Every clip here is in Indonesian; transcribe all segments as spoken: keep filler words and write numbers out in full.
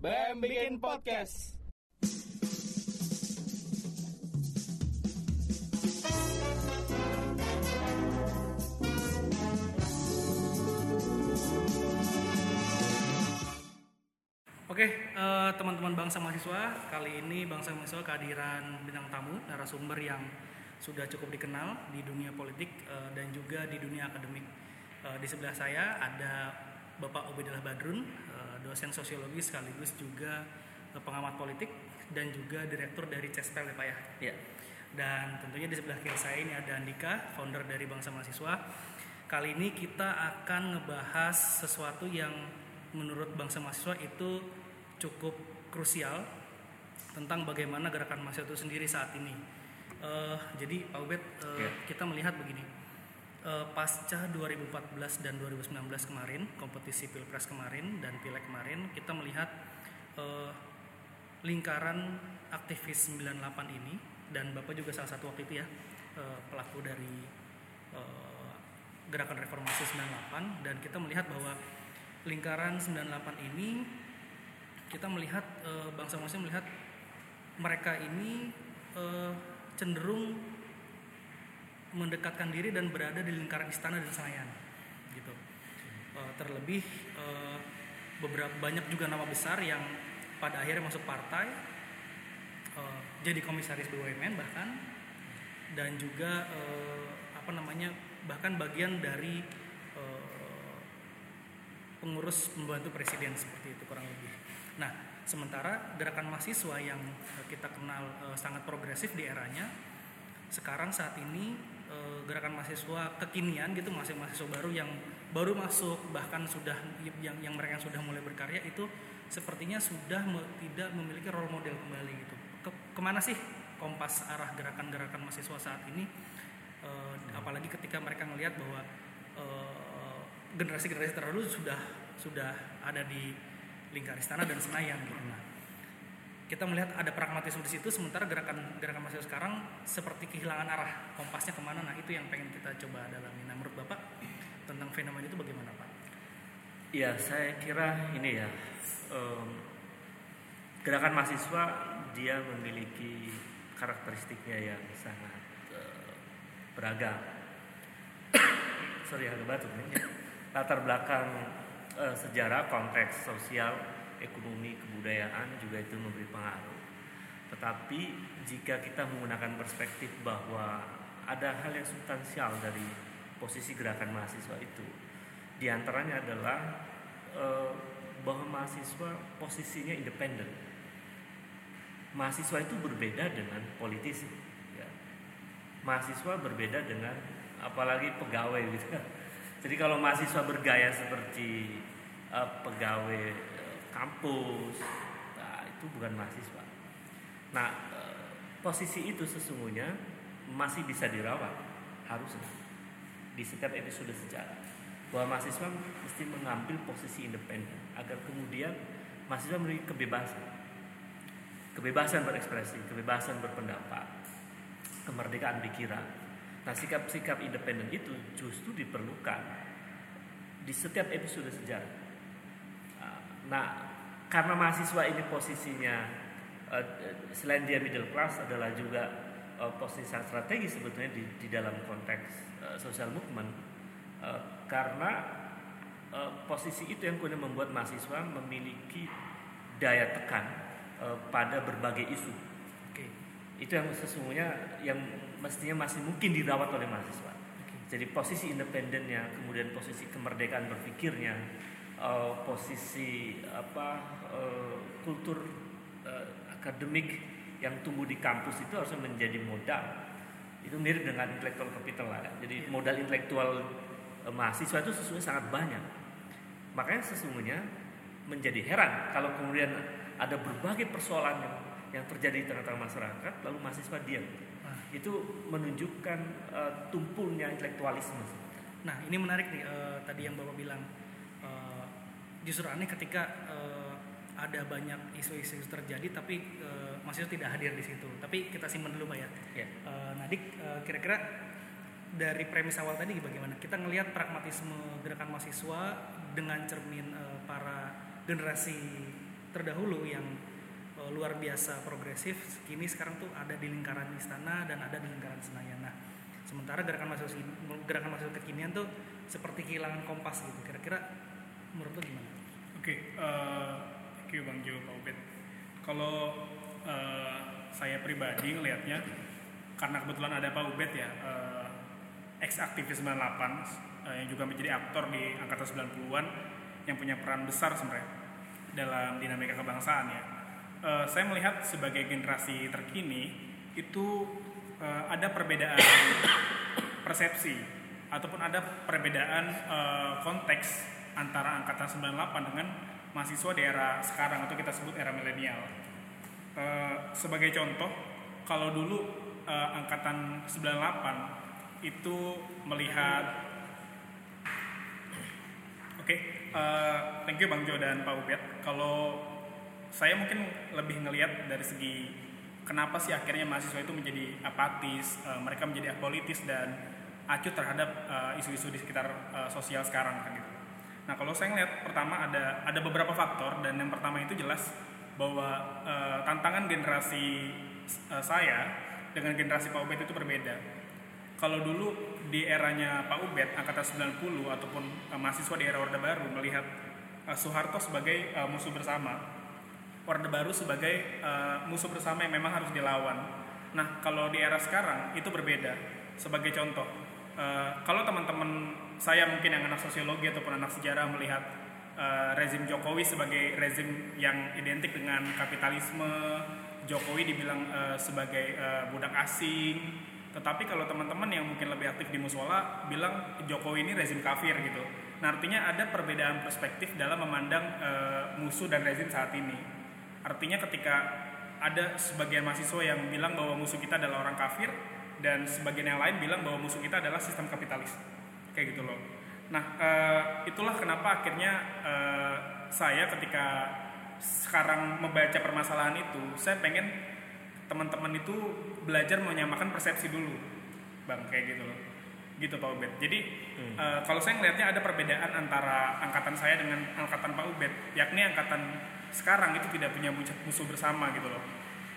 B M Bikin Podcast. Oke, uh, teman-teman Bangsa Mahasiswa, kali ini Bangsa Mahasiswa kehadiran bintang tamu, narasumber yang sudah cukup dikenal di dunia politik uh, dan juga di dunia akademik. Uh, di sebelah saya ada Bapak Obedillah Badrun, uh, dosen sosiologi sekaligus juga uh, pengamat politik dan juga direktur dari CESPEL ya Pak ya. Ya. Dan tentunya di sebelah kiri saya ini ada Andika, founder dari Bangsa Mahasiswa. Kali ini kita akan ngebahas sesuatu yang menurut Bangsa Mahasiswa itu cukup krusial tentang bagaimana gerakan mahasiswa itu sendiri saat ini. Uh, jadi Pak Ubed, uh, yeah. kita melihat begini, uh, pasca dua ribu empat belas dan dua ribu sembilan belas kemarin, kompetisi Pilpres kemarin dan Pileg kemarin, kita melihat uh, lingkaran aktivis sembilan puluh delapan ini, dan Bapak juga salah satu waktu itu ya, uh, pelaku dari uh, gerakan reformasi sembilan puluh delapan, dan kita melihat bahwa lingkaran sembilan puluh delapan ini kita melihat e, bangsa mahasiswa melihat mereka ini e, cenderung mendekatkan diri dan berada di lingkaran istana dan Senayan gitu. E, terlebih e, beberapa banyak juga nama besar yang pada akhirnya masuk partai, e, jadi komisaris B U M N bahkan, dan juga e, apa namanya bahkan bagian dari e, pengurus pembantu presiden seperti itu kurang lebih. Nah, sementara gerakan mahasiswa yang kita kenal e, sangat progresif di eranya, sekarang saat ini e, gerakan mahasiswa kekinian gitu, mahasiswa baru yang baru masuk bahkan sudah yang yang mereka yang sudah mulai berkarya itu sepertinya sudah me, tidak memiliki role model kembali gitu. Ke, kemana sih kompas arah gerakan-gerakan mahasiswa saat ini? E, apalagi ketika mereka melihat bahwa e, generasi-generasi terdahulu sudah sudah ada di lingkar istana dan Senayan gitu. Nah, kita melihat ada pragmatisme di situ, sementara gerakan gerakan mahasiswa sekarang seperti kehilangan arah, kompasnya kemana? Nah, itu yang pengen kita coba dalami. Nah, menurut Bapak tentang fenomena itu bagaimana Pak? Ya, saya kira ini ya, um, gerakan mahasiswa dia memiliki karakteristiknya yang sangat uh, beragam. Sorry agak batuk nih. Latar belakang Uh, sejarah, konteks sosial, ekonomi, kebudayaan juga itu memberi pengaruh. Tetapi jika kita menggunakan perspektif bahwa ada hal yang substansial dari posisi gerakan mahasiswa itu, diantaranya adalah uh, bahwa mahasiswa posisinya independen. Mahasiswa itu berbeda dengan politisi. Ya. Mahasiswa berbeda dengan apalagi pegawai gitu. Jadi kalau mahasiswa bergaya seperti uh, pegawai uh, kampus, nah, itu bukan mahasiswa. Nah, uh, posisi itu sesungguhnya masih bisa dirawat, harusnya di setiap episode sejarah, bahwa mahasiswa mesti mengambil posisi independen agar kemudian mahasiswa memiliki kebebasan, kebebasan berekspresi, kebebasan berpendapat, kemerdekaan pikiran. Nah, sikap-sikap independen itu justru diperlukan di setiap episode sejarah. Nah, karena mahasiswa ini posisinya selain dia middle class adalah juga posisi sangat strategis sebetulnya di, di dalam konteks social movement, karena posisi itu yang kemudian membuat mahasiswa memiliki daya tekan pada berbagai isu. Oke. Itu yang sesungguhnya yang mestinya masih mungkin dirawat oleh mahasiswa. Okay. Jadi posisi independennya, kemudian posisi kemerdekaan berpikirnya, uh, posisi apa uh, kultur uh, akademik yang tumbuh di kampus itu harusnya menjadi modal. Itu mirip dengan intellectual capital lah. Jadi modal intelektual uh, mahasiswa itu sesungguhnya sangat banyak. Makanya sesungguhnya menjadi heran kalau kemudian ada berbagai persoalan yang, yang terjadi di tengah-tengah masyarakat lalu mahasiswa diam. Itu menunjukkan uh, tumpulnya intelektualisme. Nah, ini menarik nih uh, tadi yang Bapak bilang, uh, justru aneh ketika uh, ada banyak isu-isu terjadi tapi uh, mahasiswa tidak hadir di situ. Tapi kita simpan dulu Pak ya. Yeah. Uh, Nadik, uh, kira-kira dari premis awal tadi bagaimana? Kita ngelihat pragmatisme gerakan mahasiswa dengan cermin uh, para generasi terdahulu yang uh, luar biasa progresif, kini sekarang tuh ada di lingkaran istana dan ada di lingkaran Senayan. Nah, sementara gerakan mahasiswa gerakan mahasiswa kekinian tuh seperti kehilangan kompas gitu. Kira-kira menurut lo gimana? Oke, okay, uh, thank you Bang Jo, Pak Ubed. Kalau uh, saya pribadi ngelihatnya, karena kebetulan ada Pak Ubed ya, uh, ex-aktivis sembilan puluh delapan uh, yang juga menjadi aktor di angkatan sembilan puluhan yang punya peran besar sebenarnya dalam dinamika kebangsaan ya. Uh, saya melihat sebagai generasi terkini itu uh, ada perbedaan persepsi ataupun ada perbedaan uh, konteks antara angkatan sembilan puluh delapan dengan mahasiswa di era sekarang atau kita sebut era milenial. Uh, sebagai contoh, kalau dulu uh, angkatan sembilan puluh delapan itu melihat oke, okay, uh, thank you Bang Jo dan Pak Ubed. Kalau saya mungkin lebih ngelihat dari segi kenapa sih akhirnya mahasiswa itu menjadi apatis, uh, mereka menjadi apolitis dan acuh terhadap uh, isu-isu di sekitar uh, sosial sekarang kan gitu. Nah, kalau saya ngelihat pertama ada ada beberapa faktor, dan yang pertama itu jelas bahwa uh, tantangan generasi uh, saya dengan generasi Pak Ubed itu berbeda. Kalau dulu di eranya Pak Ubed angkatan sembilan puluh ataupun uh, mahasiswa di era Orde Baru melihat uh, Soeharto sebagai uh, musuh bersama, Orde Baru sebagai uh, musuh bersama yang memang harus dilawan. Nah, kalau di era sekarang itu berbeda. Sebagai contoh, uh, kalau teman-teman saya mungkin yang anak sosiologi ataupun anak sejarah melihat uh, rezim Jokowi sebagai rezim yang identik dengan kapitalisme, Jokowi dibilang uh, sebagai uh, budak asing. Tetapi kalau teman-teman yang mungkin lebih aktif di musola bilang Jokowi ini rezim kafir gitu. Nah, artinya ada perbedaan perspektif dalam memandang uh, musuh dan rezim saat ini. Artinya ketika ada sebagian mahasiswa yang bilang bahwa musuh kita adalah orang kafir, dan sebagian yang lain bilang bahwa musuh kita adalah sistem kapitalis, kayak gitu loh. Nah, uh, itulah kenapa akhirnya uh, saya ketika sekarang membaca permasalahan itu, saya pengen teman-teman itu belajar menyamakan persepsi dulu, Bang, kayak gitu loh. Gitu Pak Ubed. Jadi hmm. uh, kalau saya ngelihatnya ada perbedaan antara angkatan saya dengan angkatan Pak Ubed, yakni angkatan sekarang itu tidak punya musuh bersama gitu loh.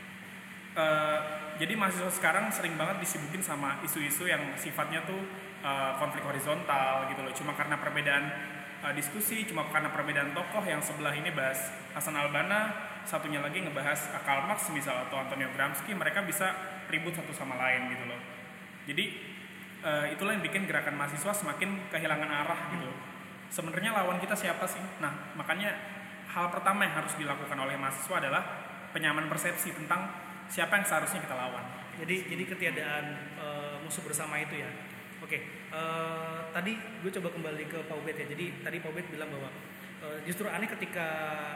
Uh, jadi mahasiswa sekarang sering banget disibukin sama isu-isu yang sifatnya tuh uh, konflik horizontal gitu loh. Cuma karena perbedaan uh, diskusi, cuma karena perbedaan tokoh, yang sebelah ini bahas Hasan Albana, satunya lagi ngebahas Karl Marx misal atau Antonio Gramsci, mereka bisa ribut satu sama lain gitu loh. Jadi uh, itulah yang bikin gerakan mahasiswa semakin kehilangan arah gitu. Sebenarnya lawan kita siapa sih? Nah, makanya hal pertama yang harus dilakukan oleh mahasiswa adalah penyamaan persepsi tentang siapa yang seharusnya kita lawan. Jadi jadi ketiadaan uh, musuh bersama itu ya. Oke, okay. uh, tadi gue coba kembali ke Pak Ubed ya. Jadi tadi Pak Ubed bilang bahwa uh, justru aneh ketika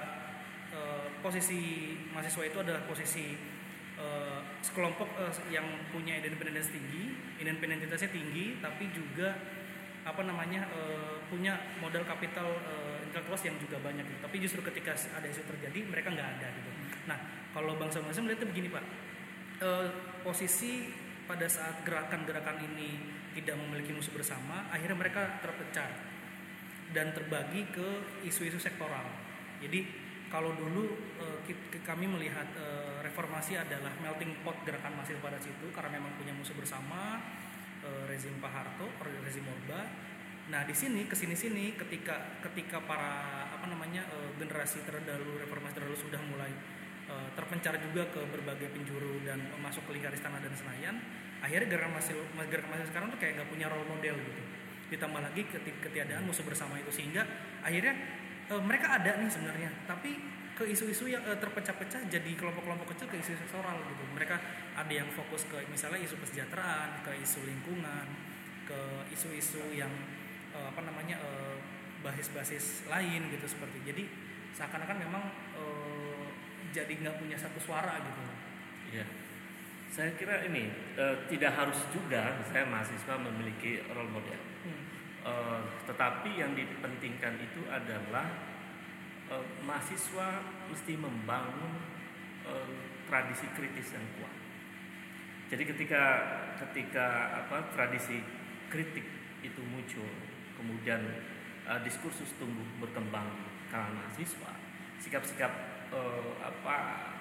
uh, posisi mahasiswa itu adalah posisi uh, sekelompok uh, yang punya independensi tinggi, independensitasnya tinggi, tapi juga apa namanya uh, punya modal kapital uh, intelektual yang juga banyak gitu. Tapi justru ketika ada isu terjadi mereka nggak ada gitu. Nah, kalau bangsa-bangsa melihatnya begini Pak, uh, posisi pada saat gerakan-gerakan ini tidak memiliki musuh bersama, akhirnya mereka terpecah dan terbagi ke isu-isu sektoral. Jadi kalau dulu uh, kami melihat uh, reformasi adalah melting pot gerakan mahasiswa pada situ karena memang punya musuh bersama, uh, rezim Pak Harto, rezim Orba. Nah di sini kesini-sini ketika ketika para apa namanya uh, generasi terdahulu reformasi terdahulu sudah mulai uh, terpencar juga ke berbagai penjuru dan masuk ke lingkar istana dan Senayan, akhirnya gerakan mahasiswa gerakan mahasiswa sekarang tuh kayak nggak punya role model gitu. Ditambah lagi ketiadaan musuh bersama itu sehingga akhirnya uh, mereka ada nih sebenarnya, tapi ke isu-isu yang uh, terpecah-pecah jadi kelompok-kelompok kecil ke isu sektoral gitu. Mereka ada yang fokus ke misalnya isu kesejahteraan, ke isu lingkungan, ke isu-isu yang uh, apa namanya uh, basis-basis lain gitu seperti. Jadi seakan-akan memang uh, jadi nggak punya satu suara gitu. Iya. Saya kira ini uh, tidak harus juga saya mahasiswa memiliki role model. Hmm. Uh, tetapi yang dipentingkan itu adalah uh, mahasiswa mesti membangun uh, tradisi kritis yang kuat. Jadi ketika ketika apa tradisi kritik itu muncul, kemudian uh, diskursus tumbuh berkembang kalangan mahasiswa, sikap-sikap uh, apa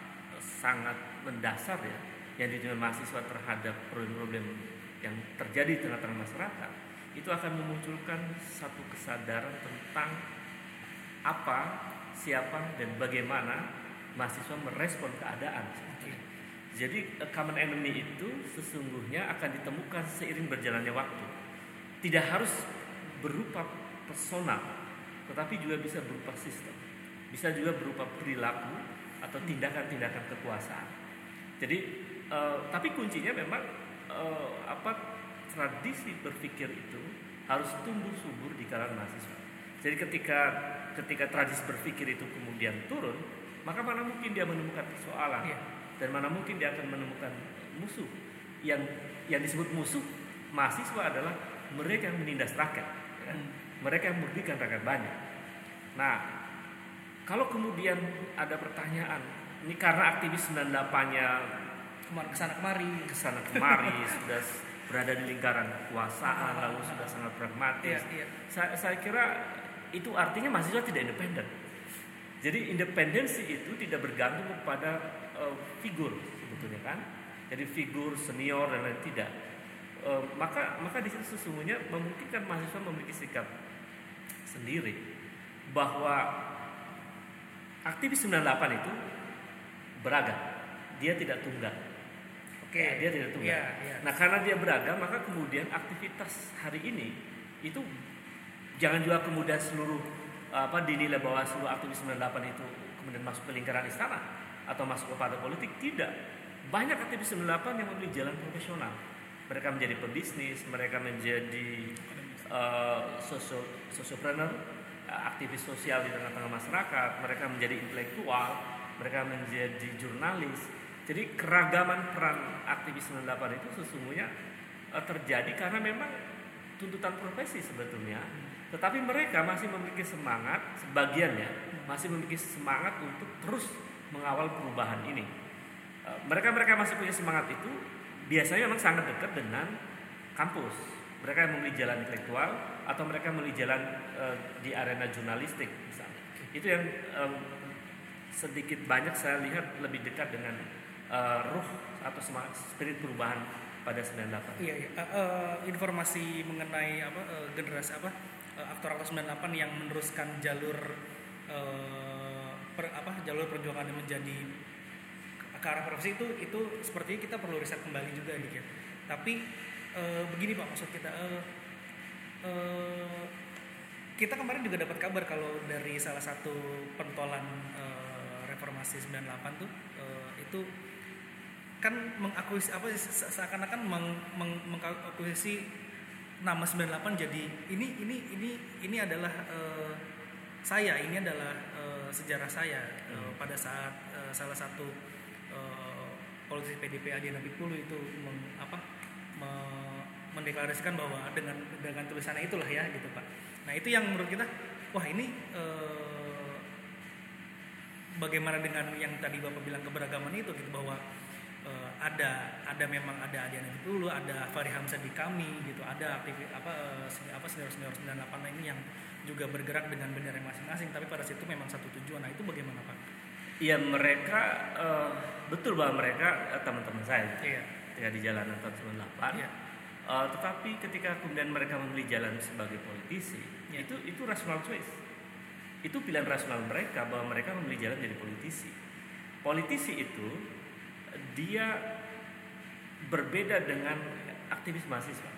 sangat mendasar ya yang diterima mahasiswa terhadap problem-problem yang terjadi di tengah-tengah masyarakat, itu akan memunculkan satu kesadaran tentang apa, siapa, dan bagaimana mahasiswa merespon keadaan. Jadi common enemy itu sesungguhnya akan ditemukan seiring berjalannya waktu. Tidak harus berupa personal, tetapi juga bisa berupa sistem. Bisa juga berupa perilaku atau tindakan-tindakan kekuasaan. Jadi, uh, tapi kuncinya memang uh, apa tradisi berpikir itu harus tumbuh subur di kalangan mahasiswa. Jadi ketika ketika tradisi berpikir itu kemudian turun, maka mana mungkin dia menemukan persoalan. Yeah. Dan mana mungkin dia akan menemukan musuh. Yang yang disebut musuh mahasiswa adalah mereka yang menindas rakyat, ya? hmm. mereka yang merugikan rakyat banyak. Nah, kalau kemudian ada pertanyaan, ini karena aktivis sembilan puluh delapan-nya kesana kemari, kesana kemari sudah berada di lingkaran kekuasaan, lalu sudah sangat pragmatis. Iya, iya. Saya, saya kira itu artinya mahasiswa tidak independen. Jadi independensi itu tidak bergantung kepada uh, figur sebetulnya kan. Jadi figur senior dan lain tidak. Uh, maka maka di situ sesungguhnya memungkinkan mahasiswa memiliki sikap sendiri bahwa aktivis sembilan puluh delapan itu beragam. Dia tidak tunggal. Oke, okay. Dia tidak tunggal. Yeah, yeah. Nah, karena dia beragam, maka kemudian aktivitas hari ini itu jangan juga kemudian seluruh apa dinilai bahwa seluruh aktivis sembilan puluh delapan itu kemudian masuk ke lingkaran istana atau masuk ke partai politik. Tidak. Banyak aktivis sembilan puluh delapan yang memilih jalan profesional. Mereka menjadi pebisnis, mereka menjadi uh, sosio sosiopreneur, aktivis sosial di tengah-tengah masyarakat, mereka menjadi intelektual, mereka menjadi jurnalis. Jadi keragaman peran aktivis sembilan puluh delapan itu sesungguhnya uh, terjadi karena memang tuntutan profesi sebetulnya. Tetapi mereka masih memiliki semangat, sebagiannya masih memiliki semangat untuk terus mengawal perubahan ini. Mereka-mereka masih punya semangat itu biasanya memang sangat dekat dengan kampus. Mereka yang memilih jalan intelektual atau mereka memilih jalan uh, di arena jurnalistik misalnya. Itu yang um, sedikit banyak saya lihat lebih dekat dengan uh, ruh atau semangat spirit perubahan pada sembilan puluh delapan. Iya, iya. Uh, uh, informasi mengenai apa uh, generasi apa aktor-aktor sembilan puluh delapan yang meneruskan jalur uh, per, apa jalur perjuangan yang menjadi ke arah profesi itu itu sepertinya kita perlu riset kembali juga nih ya. Tapi uh, begini Pak, maksud kita uh, uh, kita kemarin juga dapat kabar kalau dari salah satu pentolan uh, reformasi sembilan puluh delapan tuh uh, itu kan mengakuisisi apa seakan-akan meng, meng, mengakuisisi nama sembilan puluh delapan jadi ini ini ini ini adalah uh, saya ini adalah uh, sejarah saya uh, pada saat uh, salah satu uh, politisi P D P Adi Napitupulu itu meng, apa me, mendeklarasikan bahwa dengan dengan tulisannya itulah ya gitu Pak. Nah itu yang menurut kita wah ini uh, bagaimana dengan yang tadi Bapak bilang keberagaman itu gitu bahwa Uh, ada ada memang ada Adiana dulu, ada Fahri Hamzah di kami gitu, ada aktivis apa uh, apa senior-senior sembilan puluh delapan ini yang juga bergerak dengan bendera masing-masing, tapi pada situ memang satu tujuan. Nah itu bagaimana Pak? Iya mereka uh, betul bahwa mereka uh, teman-teman saya iya. ketika di jalanan tahun sembilan puluh delapan. Iya. Uh, tetapi ketika kemudian mereka memilih jalan sebagai politisi, iya. itu itu rational choice. Itu pilihan rasional mereka bahwa mereka memilih jalan jadi politisi. Politisi itu dia berbeda dengan aktivis mahasiswa.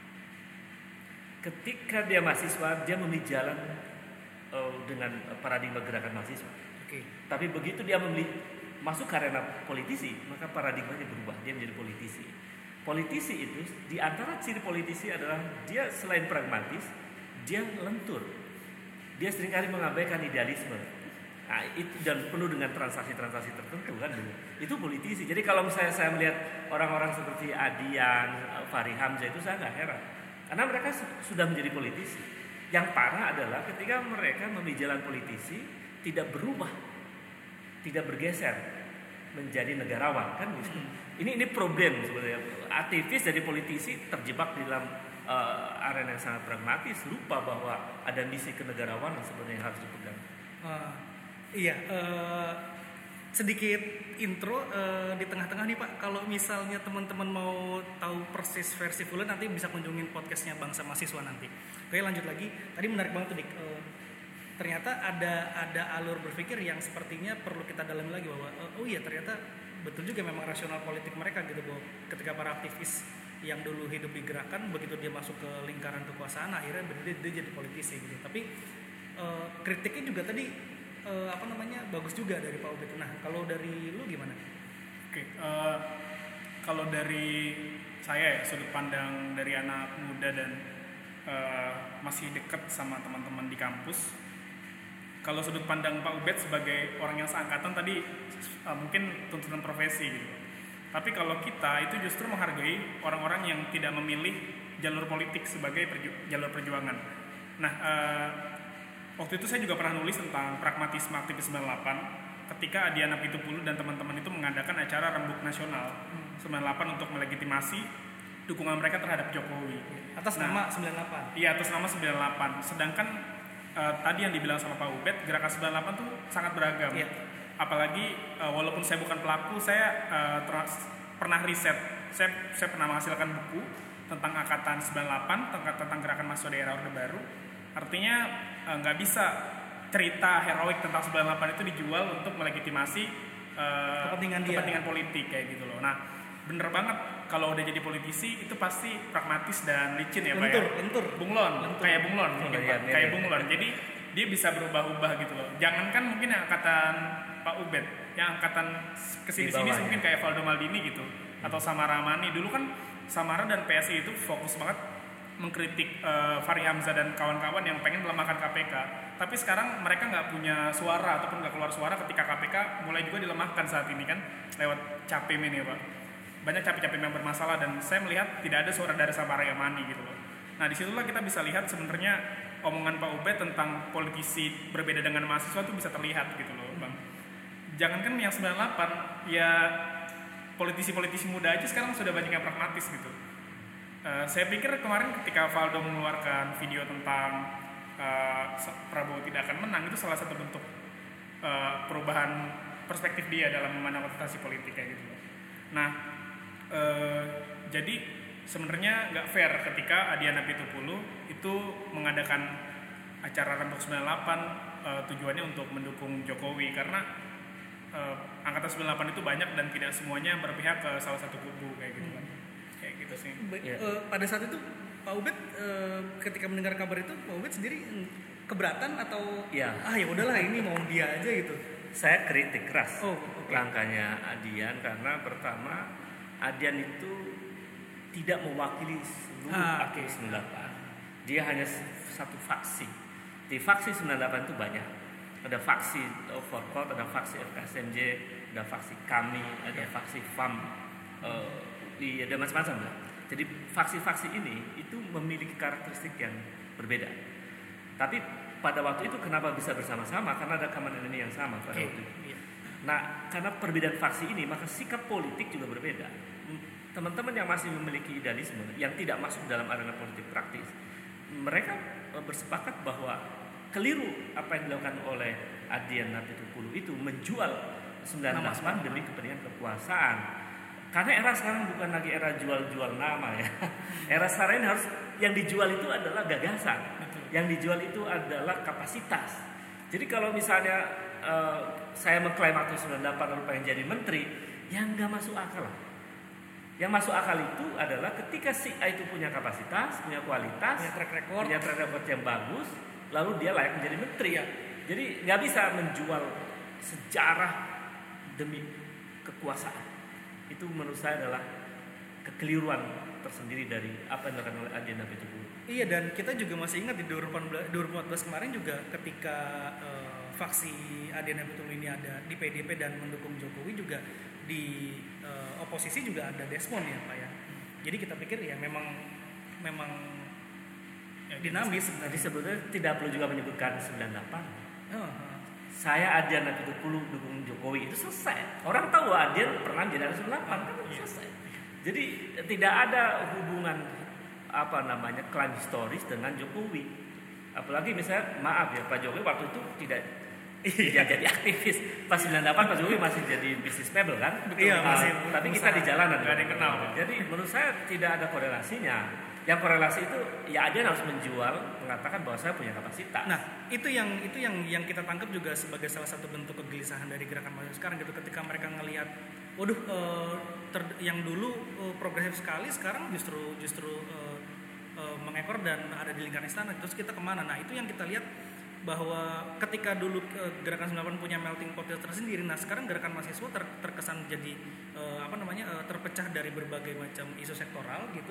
Ketika dia mahasiswa, dia memilih jalan uh, dengan paradigma gerakan mahasiswa. Okay. Tapi begitu dia memilih masuk ke arena politisi, maka paradigmanya berubah, dia menjadi politisi. Politisi itu, di antara ciri politisi adalah dia selain pragmatis, dia lentur. Dia seringkali mengabaikan idealisme. Nah, itu dan penuh dengan transaksi-transaksi tertentu kan dulu. Itu politisi. Jadi kalau misalnya saya melihat orang-orang seperti Adian, Fahri Hamzah itu saya nggak heran. Karena mereka sudah menjadi politisi. Yang parah adalah ketika mereka memilih jalan politisi tidak berubah, tidak bergeser menjadi negarawan kan gitu. Ini ini problem sebenarnya. Aktivis jadi politisi terjebak di dalam uh, arena yang sangat pragmatis, lupa bahwa ada misi kenegarawanan sebenarnya yang harus dipegang. Uh. Iya, uh, sedikit intro uh, di tengah-tengah nih Pak. Kalau misalnya teman-teman mau tahu persis versi full nanti bisa kunjungin podcastnya Bangsa Mahasiswa nanti. Oke, lanjut lagi. Tadi menarik banget tuh Dik. Uh, ternyata ada ada alur berpikir yang sepertinya perlu kita dalami lagi bahwa uh, oh iya ternyata betul juga memang rasional politik mereka gitu bahwa ketika para aktivis yang dulu hidup di gerakan begitu dia masuk ke lingkaran kekuasaan akhirnya dia, dia jadi politisi gitu. Tapi uh, kritiknya juga tadi uh, apa namanya bagus juga dari Pak Ubed. Nah kalau dari lu gimana? Oke, uh, kalau dari saya ya sudut pandang dari anak muda dan uh, masih dekat sama teman-teman di kampus. Kalau sudut pandang Pak Ubed sebagai orang yang seangkatan tadi uh, mungkin tuntutan profesi gitu. Tapi kalau kita itu justru menghargai orang-orang yang tidak memilih jalur politik sebagai perju- jalur perjuangan. Nah, uh, waktu itu saya juga pernah nulis tentang pragmatisme aktivis sembilan puluh delapan ketika Adiana Pitupulu dan teman-teman itu mengadakan acara Rembuk Nasional sembilan puluh delapan untuk melegitimasi dukungan mereka terhadap Jokowi. Atas nah, nama sembilan puluh delapan? Iya, atas nama sembilan puluh delapan. Sedangkan uh, tadi yang dibilang sama Pak Ubed, gerakan sembilan puluh delapan tuh sangat beragam. Iya. Apalagi uh, walaupun saya bukan pelaku, saya uh, ter- pernah riset. Saya, saya pernah menghasilkan buku tentang angkatan sembilan puluh delapan, tentang, tentang gerakan mahasiswa daerah Orde Baru. Artinya nggak uh, bisa cerita heroik tentang sembilan puluh delapan itu dijual untuk melegitimasi uh, kepentingan, kepentingan politik kayak gitu loh. Nah, bener banget kalau udah jadi politisi itu pasti pragmatis dan licin ya lentur, Pak ya. Lentur, bunglon, lentur. kayak bunglon, Oh, mungkin, iya, Pak. Kayak bunglon. Jadi dia bisa berubah-ubah gitu loh. Jangankan mungkin yang angkatan Pak Ubed, yang angkatan kesini-sini mungkin kayak Valdo Maldini gitu, hmm. atau Samara Amani. Dulu kan Samara dan P S I itu fokus banget mengkritik uh, Fahri Hamzah dan kawan-kawan yang pengen melemahkan K P K. Tapi sekarang mereka nggak punya suara ataupun nggak keluar suara ketika K P K mulai juga dilemahkan saat ini kan lewat Capim ini Pak. Banyak capim-capim yang bermasalah dan saya melihat tidak ada suara dari Samara Amani gitu loh. Nah disitulah kita bisa lihat sebenarnya omongan Pak Ubed tentang politisi berbeda dengan mahasiswa itu bisa terlihat gitu loh Bang. Jangankan yang sembilan puluh delapan, ya politisi-politisi muda aja sekarang sudah banyak yang pragmatis gitu. Uh, saya pikir kemarin ketika Valdo mengeluarkan video tentang uh, Prabowo tidak akan menang, itu salah satu bentuk uh, perubahan perspektif dia dalam memandang kontestasi politik kayak gitu. Nah, uh, jadi sebenarnya nggak fair ketika Adiana Pitupulu itu mengadakan acara Rembuk sembilan puluh delapan uh, tujuannya untuk mendukung Jokowi karena uh, angkatan sembilan puluh delapan itu banyak dan tidak semuanya berpihak ke salah satu kubu kayak gitu kan. Hmm. Kayak gitu sih. Ya. Uh, pada saat itu Pak Ubed uh, ketika mendengar kabar itu Pak Ubed sendiri keberatan atau ya. ah ya udahlah ini mau dia aja gitu. Saya kritik keras oh, okay. langkahnya Adian karena pertama Adian itu tidak mewakili seluruh ah, aktivis sembilan puluh delapan. Dia hanya satu faksi. Di faksi sembilan puluh delapan itu banyak. Ada faksi Forkot, ada faksi F K S M J, ada faksi Kami, ada faksi F A M, uh, ada macam-macam lah. Jadi faksi-faksi ini itu memiliki karakteristik yang berbeda. Tapi pada waktu itu kenapa bisa bersama-sama? Karena ada common enemy yang sama pada okay. waktu itu. Nah, karena perbedaan faksi ini, maka sikap politik juga berbeda. Teman-teman yang masih memiliki idealisme, yang tidak masuk dalam arena politik praktis, mereka bersepakat bahwa keliru apa yang dilakukan oleh Adiana Pitupulu itu menjual sembilan puluh delapan demi kepentingan kekuasaan. Karena era sekarang bukan lagi era jual-jual nama ya. Era sekarang ini harus yang dijual itu adalah gagasan. Yang dijual itu adalah kapasitas. Jadi kalau misalnya uh, saya mengklaim aktif sembilan puluh delapan lalu pengen jadi menteri, yang nggak masuk akal lah. Yang masuk akal itu adalah ketika si A itu punya kapasitas, punya kualitas, punya track record, punya track record yang bagus, lalu dia layak menjadi menteri ya. Jadi nggak bisa menjual sejarah demi kekuasaan. Itu menurut saya adalah kekeliruan tersendiri dari apa yang dilakukan oleh Adiana Pitupulu. Iya, dan kita juga masih ingat di dua ribu empat belas kemarin juga ketika uh, faksi Adiana Pitupulu ini ada di P D I P dan mendukung Jokowi, juga di uh, oposisi juga ada Desmond ya Pak ya. Jadi kita pikir ya memang memang ya, dinamis sebenarnya. Jadi sebetulnya tidak perlu juga menyebutkan sembilan puluh delapan. Oh, saya Adiana Pitupulu dukung Jokowi, itu selesai. Orang tahu Adian pernah jadi sembilan puluh delapan, kan selesai. Jadi tidak ada hubungan apa namanya klaim historis dengan Jokowi. Apalagi misalnya maaf ya Pak Jokowi waktu itu tidak Tidak jadi aktivis. Pas sembilan puluh delapan Pak Jokowi masih jadi bisnis mebel kan? Iya, Nah, masih tapi kita di jalanan nggak ada yang kenal. Jadi menurut saya tidak ada korelasinya. Yang korelasi itu ya ada yang harus menjual, mengatakan bahwa saya punya kapasitas. Nah, itu yang itu yang yang kita tangkap juga sebagai salah satu bentuk kegelisahan dari gerakan mahasiswa sekarang gitu, ketika mereka ngelihat, waduh, eh, ter- yang dulu eh, progresif sekali, sekarang justru justru eh, eh, mengekor dan ada di lingkaran istana. Terus kita kemana? Nah, itu yang kita lihat bahwa ketika dulu eh, gerakan sembilan puluh delapan punya melting pot tersendiri, nah sekarang gerakan mahasiswa ter- terkesan jadi eh, apa namanya eh, terpecah dari berbagai macam isu sektoral gitu.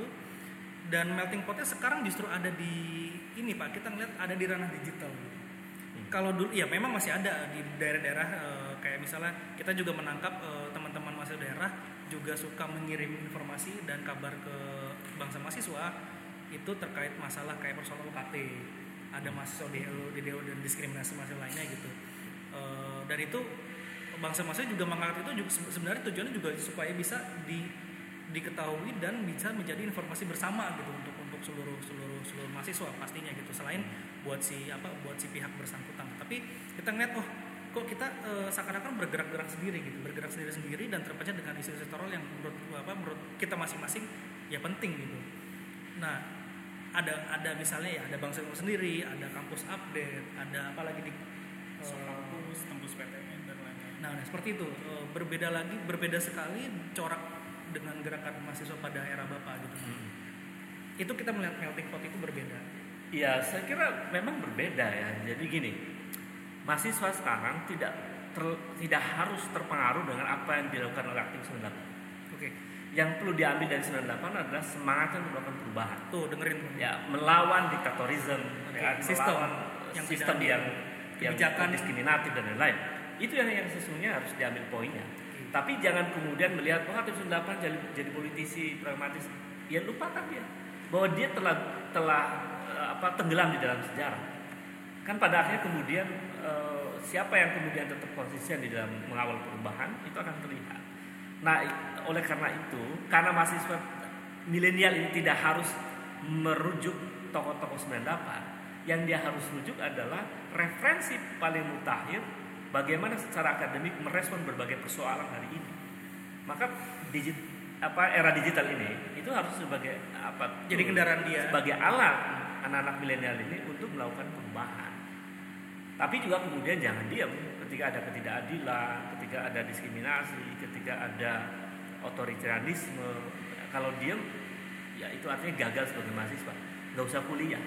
Dan melting potnya sekarang justru ada di ini Pak, kita ngeliat ada di ranah digital gitu. Hmm. Kalau dulu ya memang masih ada di daerah-daerah e, kayak misalnya kita juga menangkap e, teman-teman mahasiswa daerah juga suka mengirim informasi dan kabar ke bangsa mahasiswa itu terkait masalah kayak persoalan U K T, ada mahasiswa D O, D D O dan diskriminasi mahasiswa lainnya gitu. E, dan itu bangsa mahasiswa juga mengangkat itu juga, sebenarnya tujuannya juga supaya bisa di diketahui dan bisa menjadi informasi bersama gitu untuk untuk seluruh seluruh seluruh mahasiswa pastinya gitu, selain buat si apa buat si pihak bersangkutan. Tapi kita ngeliat, oh kok kita e, seakan-akan bergerak-gerak sendiri gitu, bergerak sendiri sendiri dan terpecah dengan isu sektoral yang menurut apa menurut kita masing-masing ya penting gitu. Nah, ada ada misalnya ya ada bangsa sendiri, ada kampus update, ada apa lagi di e, kampus tembus P T N dan lain-lain. Nah, nah seperti itu e, berbeda lagi berbeda sekali corak dengan gerakan mahasiswa pada era Bapak gitu. Hmm. Itu kita melihat melting pot itu berbeda. Iya, saya kira memang berbeda ya. Jadi gini, mahasiswa sekarang tidak ter, tidak harus terpengaruh dengan apa yang dilakukan oleh aktivis sembilan puluh delapan. Oke. Yang perlu diambil dari sembilan puluh delapan adalah semangatnya untuk melakukan perubahan. Tuh, dengerin. Ya, melawan diktatorisme, okay. ya, sistem melawan yang sistem yang yang diskriminatif dan lain-lain. Itu yang yang sesungguhnya harus diambil poinnya. Tapi jangan kemudian melihat bahwa aktivis sembilan puluh delapan jadi, jadi politisi pragmatis. Ya lupakan dia bahwa dia telah telah apa tenggelam di dalam sejarah. Kan pada akhirnya kemudian uh, siapa yang kemudian tetap konsisten di dalam mengawal perubahan itu akan terlihat. Nah, oleh karena itu, karena mahasiswa milenial ini tidak harus merujuk tokoh-tokoh sembilan puluh delapan, yang dia harus rujuk adalah referensi paling mutakhir bagaimana secara akademik merespon berbagai persoalan hari ini. Maka digit, apa era digital ini itu harus sebagai apa? Jadi kendaraan dia, sebagai alat anak-anak milenial ini untuk melakukan perubahan. Tapi juga kemudian jangan diam ketika ada ketidakadilan, ketika ada diskriminasi, ketika ada otoritarianisme. Kalau diam, ya itu artinya gagal sebagai mahasiswa. Nggak usah kuliah.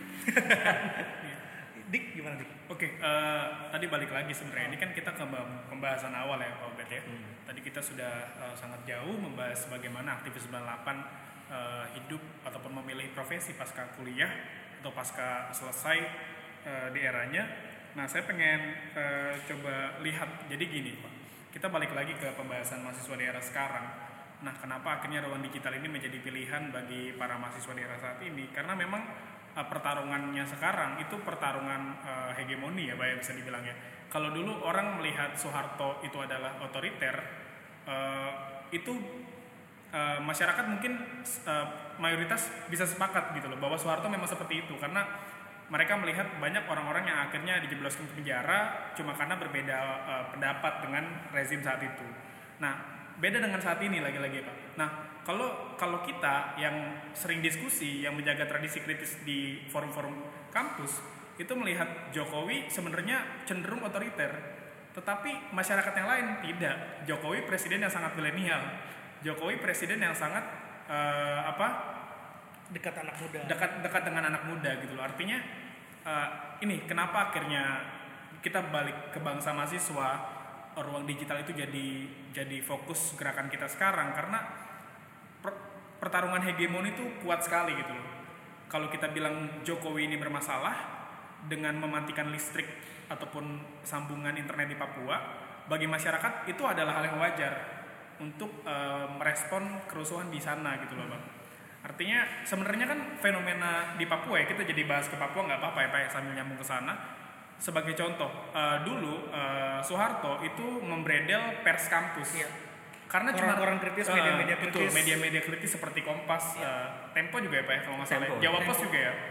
Dik, gimana Dik? Oke, uh, tadi balik lagi sebenarnya ini kan kita ke pembahasan awal ya Pak Ubed ya. Hmm. Tadi kita sudah uh, sangat jauh membahas bagaimana aktivis sembilan puluh delapan uh, hidup ataupun memilih profesi pasca kuliah atau pasca selesai uh, di eranya. Nah, saya pengen uh, coba lihat. Jadi gini Pak, kita balik lagi ke pembahasan mahasiswa di era sekarang. Nah, kenapa akhirnya ruang digital ini menjadi pilihan bagi para mahasiswa di era saat ini? Karena memang uh, pertarungannya sekarang itu pertarungan uh, hegemoni ya, Pak, ya, bisa dibilang ya. Kalau dulu orang melihat Soeharto itu adalah otoriter, uh, itu uh, masyarakat mungkin uh, mayoritas bisa sepakat gitu loh bahwa Soeharto memang seperti itu, karena mereka melihat banyak orang-orang yang akhirnya dijebloskan ke penjara cuma karena berbeda uh, pendapat dengan rezim saat itu. Nah, beda dengan saat ini lagi-lagi Pak. Nah, kalau kalau kita yang sering diskusi, yang menjaga tradisi kritis di forum-forum kampus, itu melihat Jokowi sebenarnya cenderung otoriter, tetapi masyarakat yang lain tidak. Jokowi presiden yang sangat milenial, Jokowi presiden yang sangat uh, apa? dekat anak muda. Dekat dekat dengan anak muda gitu loh. Artinya uh, ini kenapa akhirnya kita balik ke bangsa mahasiswa, ruang digital itu jadi jadi fokus gerakan kita sekarang, karena per, pertarungan hegemoni itu kuat sekali gitu loh. Kalau kita bilang Jokowi ini bermasalah dengan mematikan listrik ataupun sambungan internet di Papua, bagi masyarakat itu adalah hal yang wajar untuk uh, merespon kerusuhan di sana gitu loh Bang. Artinya sebenarnya kan fenomena di Papua ya, kita jadi bahas ke Papua nggak apa-apa ya Pak, sambil nyambung ke sana. Sebagai contoh, uh, dulu uh, Soeharto itu membredel pers kampus. Iya. Karena cuma orang kritis, uh, media-media kritis. Betul, media-media kritis seperti Kompas, iya. uh, Tempo juga ya Pak ya, kalau nggak salah. Jawa Pos juga ya.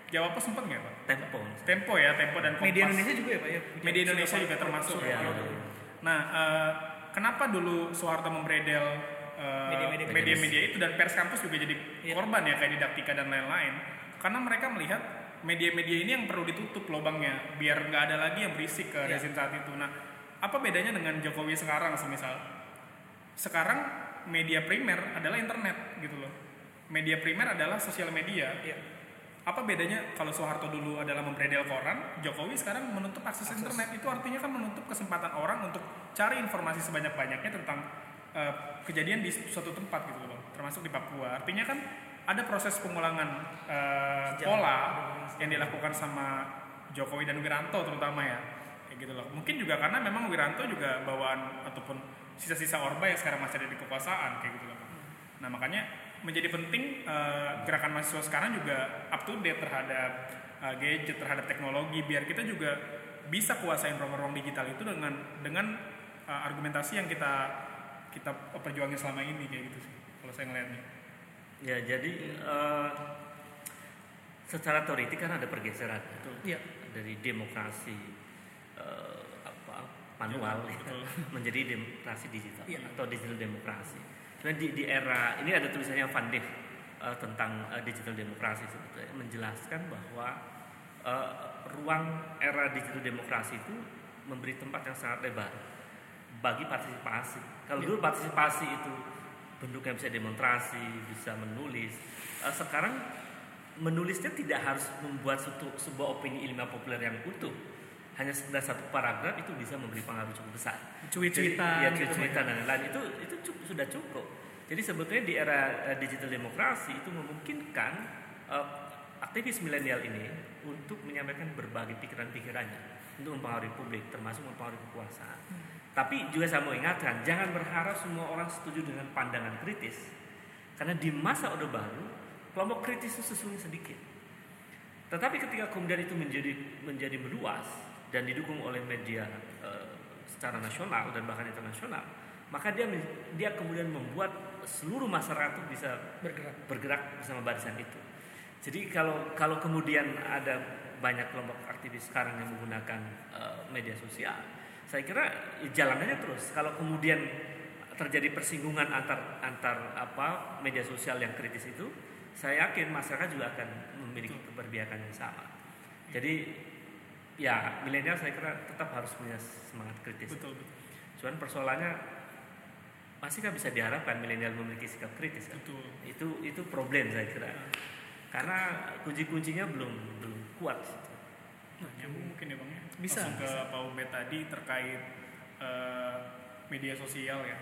Jawa Pos sempat nggak Pak? Tempo. Tempo ya, Tempo dan Kompas. Media Indonesia juga ya Pak ya? Media Indonesia juga termasuk. Iya. Nah, eh, kenapa dulu Soeharto membredel eh, Media-media media-media itu dan pers kampus juga jadi Iya. korban ya kayak Didaktika dan lain-lain? Karena mereka melihat media-media ini yang perlu ditutup lubangnya biar nggak ada lagi yang berisik ke Iya. rezim saat itu. Nah, apa bedanya dengan Jokowi sekarang semisal? Sekarang media primer adalah internet gitu loh. Media primer adalah sosial media. Iya. Apa bedanya kalau Soeharto dulu adalah membredel koran, Jokowi sekarang menutup akses, Akses. internet. Itu artinya kan menutup kesempatan orang untuk cari informasi sebanyak-banyaknya tentang uh, kejadian di suatu tempat gitu loh, termasuk di Papua. Artinya kan ada proses pengulangan uh, Sejarah. pola yang dilakukan sama Jokowi dan Wiranto terutama ya, kayak gitu loh. Mungkin juga karena memang Wiranto juga bawaan ataupun sisa-sisa Orba yang sekarang masih ada di kekuasaan kayak gitu loh. Nah makanya menjadi penting uh, gerakan mahasiswa sekarang juga up to date terhadap uh, gadget, terhadap teknologi biar kita juga bisa kuasain ruang-ruang digital itu dengan dengan uh, argumentasi yang kita kita perjuangin selama ini kayak gitu sih kalau saya ngelihatnya. Ya jadi uh, secara teoritik kan ada pergeseran ya. Iya. Dari demokrasi uh, apa manual ya, Betul. menjadi demokrasi digital Iya. atau digital demokrasi. Sebenarnya di, di era ini ada tulisannya Van Dijk uh, tentang uh, digital demokrasi sebetulnya menjelaskan bahwa uh, ruang era digital demokrasi itu memberi tempat yang sangat lebar bagi partisipasi. Kalau Ya. dulu partisipasi itu bentuknya bisa demonstrasi, bisa menulis. Uh, sekarang menulisnya tidak harus membuat suatu, sebuah opini ilmiah populer yang utuh. Hanya sekedar satu paragraf itu bisa memberi pengaruh cukup besar. Cuit-cuitan ya gitu, cuit-cuitan dan lain-lain itu itu cukup, sudah cukup. Jadi sebetulnya di era uh, digital demokrasi itu memungkinkan uh, aktivis milenial ini untuk menyampaikan berbagai pikiran-pikirannya untuk mempengaruhi publik, termasuk mempengaruhi kekuasaan. Hmm. Tapi juga saya mau ingatkan, jangan berharap semua orang setuju dengan pandangan kritis, karena di masa Orde Baru kelompok kritis itu sesungguhnya sedikit. Tetapi ketika kemudian itu menjadi menjadi meluas dan didukung oleh media uh, secara nasional dan bahkan internasional, maka dia dia kemudian membuat seluruh masyarakat itu bisa Bergerak. bergerak bersama barisan itu. Jadi kalau kalau kemudian ada banyak kelompok aktivis sekarang yang menggunakan uh, media sosial, saya kira jalanannya terus. Kalau kemudian terjadi persinggungan antar antar apa media sosial yang kritis itu, saya yakin masyarakat juga akan memiliki keberpihakan yang sama. Jadi ya milenial saya kira tetap harus punya semangat kritis. Betul betul. Cuman persoalannya masihkah bisa diharapkan milenial memiliki sikap kritis? Kan? Betul. Itu itu problem saya kira. Karena kunci-kuncinya belum belum kuat. Nah, nyambung mungkin ya bang ya. Bisa, Langsung ke bisa. Pak Ubed tadi terkait uh, media sosial ya.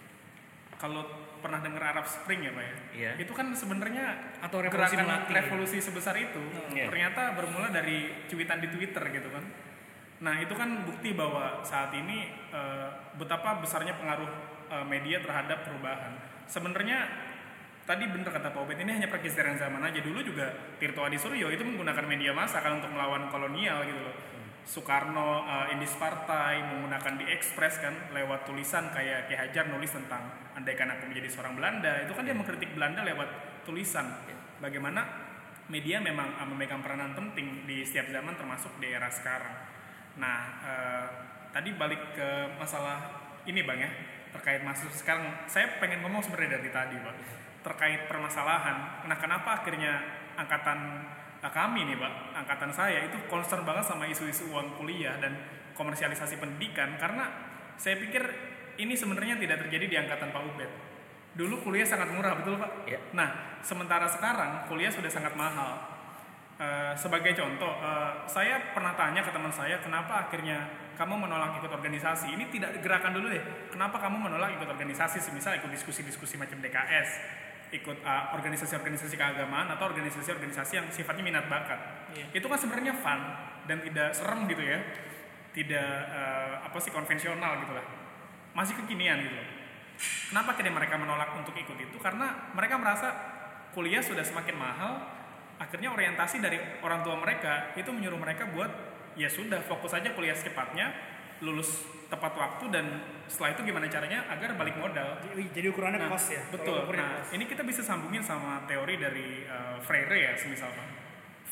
Kalau pernah dengar Arab Spring ya pak ya, Iya. itu kan sebenarnya Atau revolusi gerakan Melati. revolusi sebesar itu Iya. ternyata bermula dari cuitan di Twitter gitu kan. Nah itu kan bukti bahwa saat ini uh, betapa besarnya pengaruh uh, media terhadap perubahan. Sebenarnya tadi bener kata Pak Ubed, ini hanya pergeseran zaman aja. Dulu juga Tirto Adi Suryo itu menggunakan media massa kan untuk melawan kolonial gitu loh. Soekarno uh, Indis Partai menggunakan di Express kan lewat tulisan kayak Ki Hajar nulis tentang andaikan aku menjadi seorang Belanda, itu kan dia mengkritik Belanda lewat tulisan. Bagaimana media memang uh, memegang peranan penting di setiap zaman termasuk di era sekarang. Nah uh, tadi balik ke masalah ini bang ya terkait masuk sekarang, saya pengen ngomong sebenarnya dari tadi bang terkait permasalahan. Nah kenapa akhirnya angkatan Nah, kami nih Pak, angkatan saya itu concern banget sama isu-isu uang kuliah dan komersialisasi pendidikan karena saya pikir ini sebenarnya tidak terjadi di angkatan Pak Ubed. Dulu kuliah sangat murah, betul Pak? Ya. Nah, sementara sekarang kuliah sudah sangat mahal. Uh, sebagai contoh, uh, saya pernah tanya ke teman saya, kenapa akhirnya kamu menolak ikut organisasi? Ini tidak gerakan dulu deh. Kenapa kamu menolak ikut organisasi? Semisal ikut diskusi-diskusi macam D K S, ikut uh, organisasi-organisasi keagamaan atau organisasi-organisasi yang sifatnya minat bakat. Iya. Itu kan sebenarnya fun dan tidak serem gitu ya, tidak uh, apa sih konvensional gitu lah, masih kekinian gitu loh. Kenapa akhirnya mereka menolak untuk ikut itu? Karena mereka merasa kuliah sudah semakin mahal, akhirnya orientasi dari orang tua mereka itu menyuruh mereka buat ya sudah fokus aja kuliah secepatnya, lulus tepat waktu dan setelah itu gimana caranya agar balik modal. Jadi, jadi ukurannya Nah, cost ya. betul. Ukurannya Nah, cost. ini kita bisa sambungin sama teori dari uh, Freire ya, semisal Pak.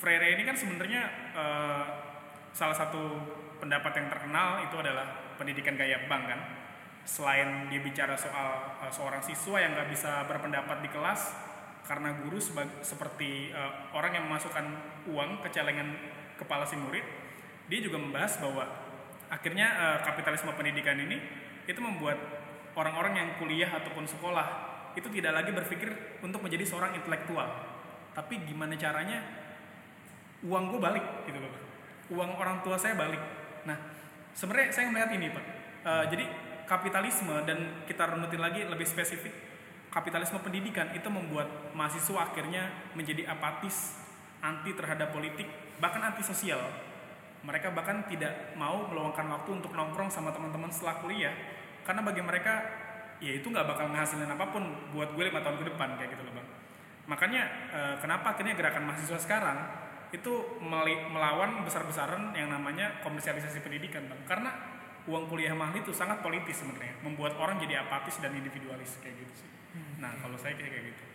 Freire ini kan sebenarnya uh, salah satu pendapat yang terkenal itu adalah pendidikan gaya bank kan. Selain dia bicara soal uh, seorang siswa yang nggak bisa berpendapat di kelas karena guru seba- seperti uh, orang yang memasukkan uang ke celengan kepala si murid, dia juga membahas bahwa akhirnya uh, kapitalisme pendidikan ini itu membuat orang-orang yang kuliah ataupun sekolah itu tidak lagi berpikir untuk menjadi seorang intelektual, tapi gimana caranya uang gue balik gitu loh, uang orang tua saya balik. Nah sebenarnya saya melihat ini Pak, uh, jadi kapitalisme dan kita runutin lagi lebih spesifik, kapitalisme pendidikan itu membuat mahasiswa akhirnya menjadi apatis, anti terhadap politik, bahkan anti sosial. Mereka bahkan tidak mau meluangkan waktu untuk nongkrong sama teman-teman setelah kuliah, karena bagi mereka ya itu nggak bakal ngehasilin apapun buat gue lima tahun ke depan kayak gitu loh Bang. Makanya uh, kenapa akhirnya gerakan mahasiswa sekarang itu melawan besar-besaran yang namanya komersialisasi pendidikan Bang. Karena uang kuliah mahal itu sangat politis sebenarnya, membuat orang jadi apatis dan individualis kayak gitu sih. Nah kalau saya kayak kayak gitu.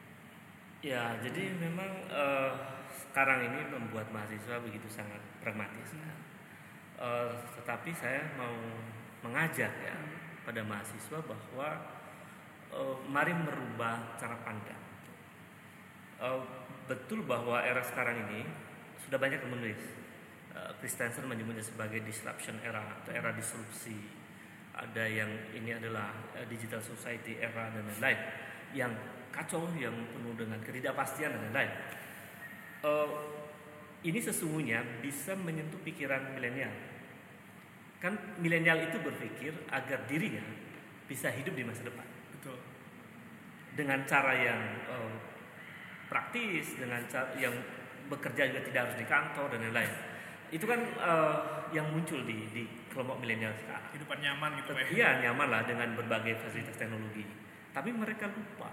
Ya jadi memang uh, sekarang ini membuat mahasiswa begitu sangat pragmatis. Hmm. Uh, tetapi saya mau mengajak ya hmm. pada mahasiswa bahwa uh, mari merubah cara pandang. Uh, betul bahwa era sekarang ini sudah banyak yang menulis. Uh, Christensen menyebutnya sebagai disruption era atau era disrupsi. Ada yang ini adalah uh, digital society era dan lain-lain yang kacau, yang penuh dengan ketidakpastian dan lain-lain. Uh, ini sesungguhnya bisa menyentuh pikiran milenial. Kan milenial itu berpikir agar dirinya bisa hidup di masa depan. Betul. Dengan cara yang uh, praktis, dengan cara yang bekerja juga tidak harus di kantor dan lain-lain. Itu kan uh, yang muncul di, di kelompok milenial sekarang. Kehidupan nyaman gitu ya. Iya, nyaman lah dengan berbagai fasilitas teknologi. Tapi mereka lupa